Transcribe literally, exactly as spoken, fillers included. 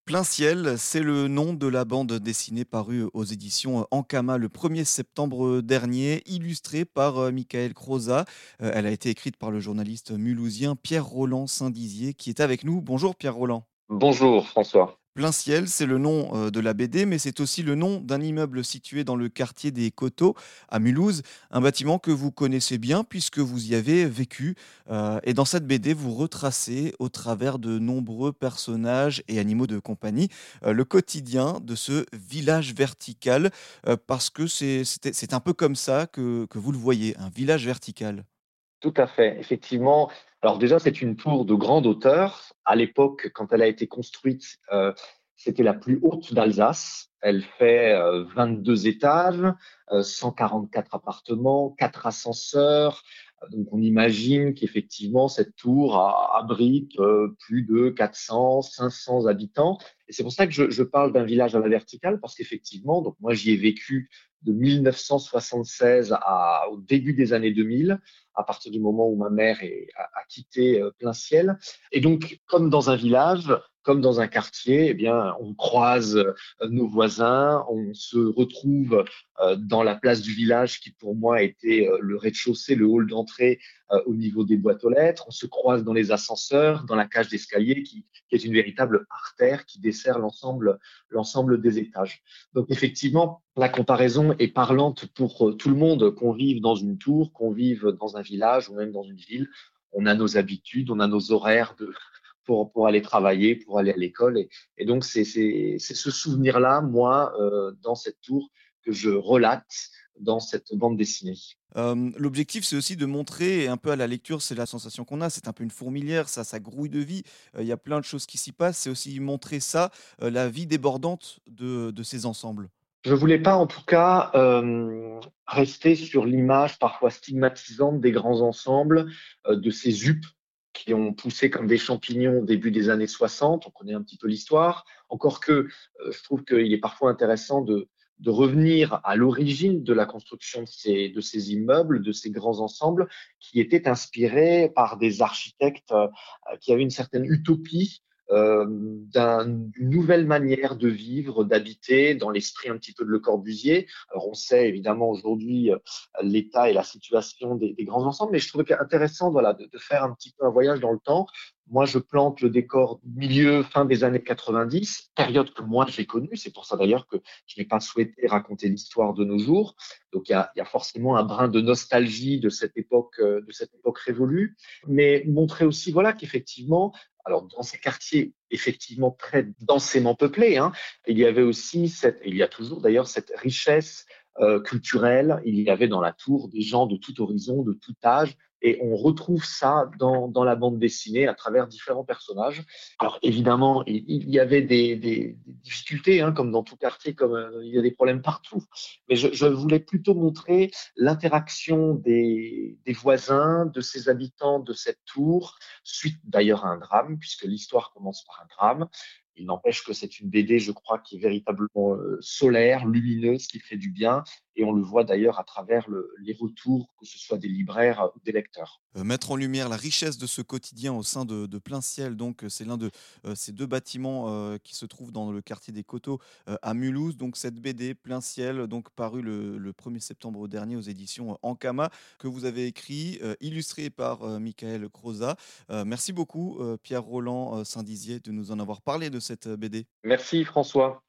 Plein ciel, c'est le nom de la bande dessinée parue aux éditions Ankama le premier septembre dernier, illustrée par euh, Michael Croza. Euh, Elle a été écrite par le journaliste mulhousien Pierre Roland Saint-Dizier qui est avec nous. Bonjour Pierre Roland. Bonjour François. Plein ciel, c'est le nom euh, de la B D, mais c'est aussi le nom d'un immeuble situé dans le quartier des Coteaux, à Mulhouse, un bâtiment que vous connaissez bien puisque vous y avez vécu. Euh, et dans cette B D, vous retracez, au travers de nombreux personnages et animaux de compagnie, euh, le quotidien de ce village vertical, euh, parce que c'est c'était- c'est un peu comme ça que, que vous le voyez, un village vertical. Tout à fait, effectivement. Alors déjà, c'est une tour de grande hauteur. À l'époque, quand elle a été construite, euh, c'était la plus haute d'Alsace. Elle fait euh, vingt-deux étages, euh, cent quarante-quatre appartements, quatre ascenseurs. Euh, Donc on imagine qu'effectivement, cette tour a- abrite euh, plus de quatre cents, cinq cents habitants. Et c'est pour ça que je, je parle d'un village à la verticale, parce qu'effectivement, donc moi j'y ai vécu de mille neuf cent soixante-seize à, au début des années deux mille, à partir du moment où ma mère est, a, a quitté euh, plein ciel. Et donc, comme dans un village, comme dans un quartier, eh bien, on croise euh, nos voisins, on se retrouve euh, dans la place du village qui, pour moi, était euh, le rez-de-chaussée, le hall d'entrée euh, au niveau des boîtes aux lettres. On se croise dans les ascenseurs, dans la cage d'escalier qui, qui est une véritable artère qui dessert l'ensemble, l'ensemble des étages. Donc effectivement, la comparaison est parlante pour euh, tout le monde, qu'on vive dans une tour, qu'on vive dans un village ou même dans une ville. On a nos habitudes, on a nos horaires de, pour, pour aller travailler, pour aller à l'école. Et, et donc, c'est c'est- c'est ce souvenir-là, moi, euh, dans cette tour, que je relate dans cette bande dessinée. Euh, L'objectif, c'est aussi de montrer, et un peu à la lecture, c'est la sensation qu'on a, c'est un peu une fourmilière, ça, ça grouille de vie, euh, il y a plein de choses qui s'y passent, c'est aussi montrer ça, euh, la vie débordante de, de ces ensembles. Je voulais pas, en tout cas, euh, rester sur l'image parfois stigmatisante des grands ensembles, euh, de ces U P qui ont poussé comme des champignons au début des années soixante. On connaît un petit peu l'histoire. Encore que euh, je trouve qu'il est parfois intéressant de, de revenir à l'origine de la construction de ces, de ces immeubles, de ces grands ensembles, qui étaient inspirés par des architectes euh, qui avaient une certaine utopie euh, d'un- d'une nouvelle manière de vivre, d'habiter, dans l'esprit un petit peu de Le Corbusier. Alors on sait évidemment aujourd'hui euh, l'état et la situation des, des grands ensembles, mais je trouvais intéressant voilà, de, de faire un petit peu un voyage dans le temps. Moi, je plante le décor milieu, fin des années quatre-vingt-dix, période que moi j'ai connue. C'est pour ça d'ailleurs que je n'ai pas souhaité raconter l'histoire de nos jours. Donc il y a, il y a forcément un brin de nostalgie de cette époque, euh, de cette époque révolue, mais montrer aussi voilà qu'effectivement alors, dans ces quartiers effectivement très densément peuplés, hein, il y avait aussi cette, il y a toujours d'ailleurs cette richesse euh, culturelle. Il y avait dans la tour des gens de tout horizon, de tout âge, et on retrouve ça dans, dans la bande dessinée à travers différents personnages. Alors évidemment, il, il y avait des, des, des difficultés, hein, comme dans tout quartier, comme euh, il y a des problèmes partout. Mais je, je voulais plutôt montrer l'interaction des, des voisins, de ces habitants de cette tour, suite d'ailleurs à un drame, puisque l'histoire commence par un drame. Il n'empêche que c'est une B D, je crois, qui est véritablement euh, solaire, lumineuse, qui fait du bien, et on le voit d'ailleurs à travers le, les retours, que ce soit des libraires ou des lecteurs. Euh, mettre en lumière la richesse de ce quotidien au sein de, de Plein Ciel. Donc, euh, c'est l'un de euh, ces deux bâtiments euh, qui se trouvent dans le quartier des Coteaux euh, à Mulhouse. Donc, cette B D Plein Ciel, donc paru le, le premier septembre dernier aux éditions euh, Ankama, que vous avez écrit, euh, illustré par euh, Michael Croza. Euh, merci beaucoup, euh, Pierre Roland euh, Saint-Dizier, de nous en avoir parlé de cette euh, B D. Merci François.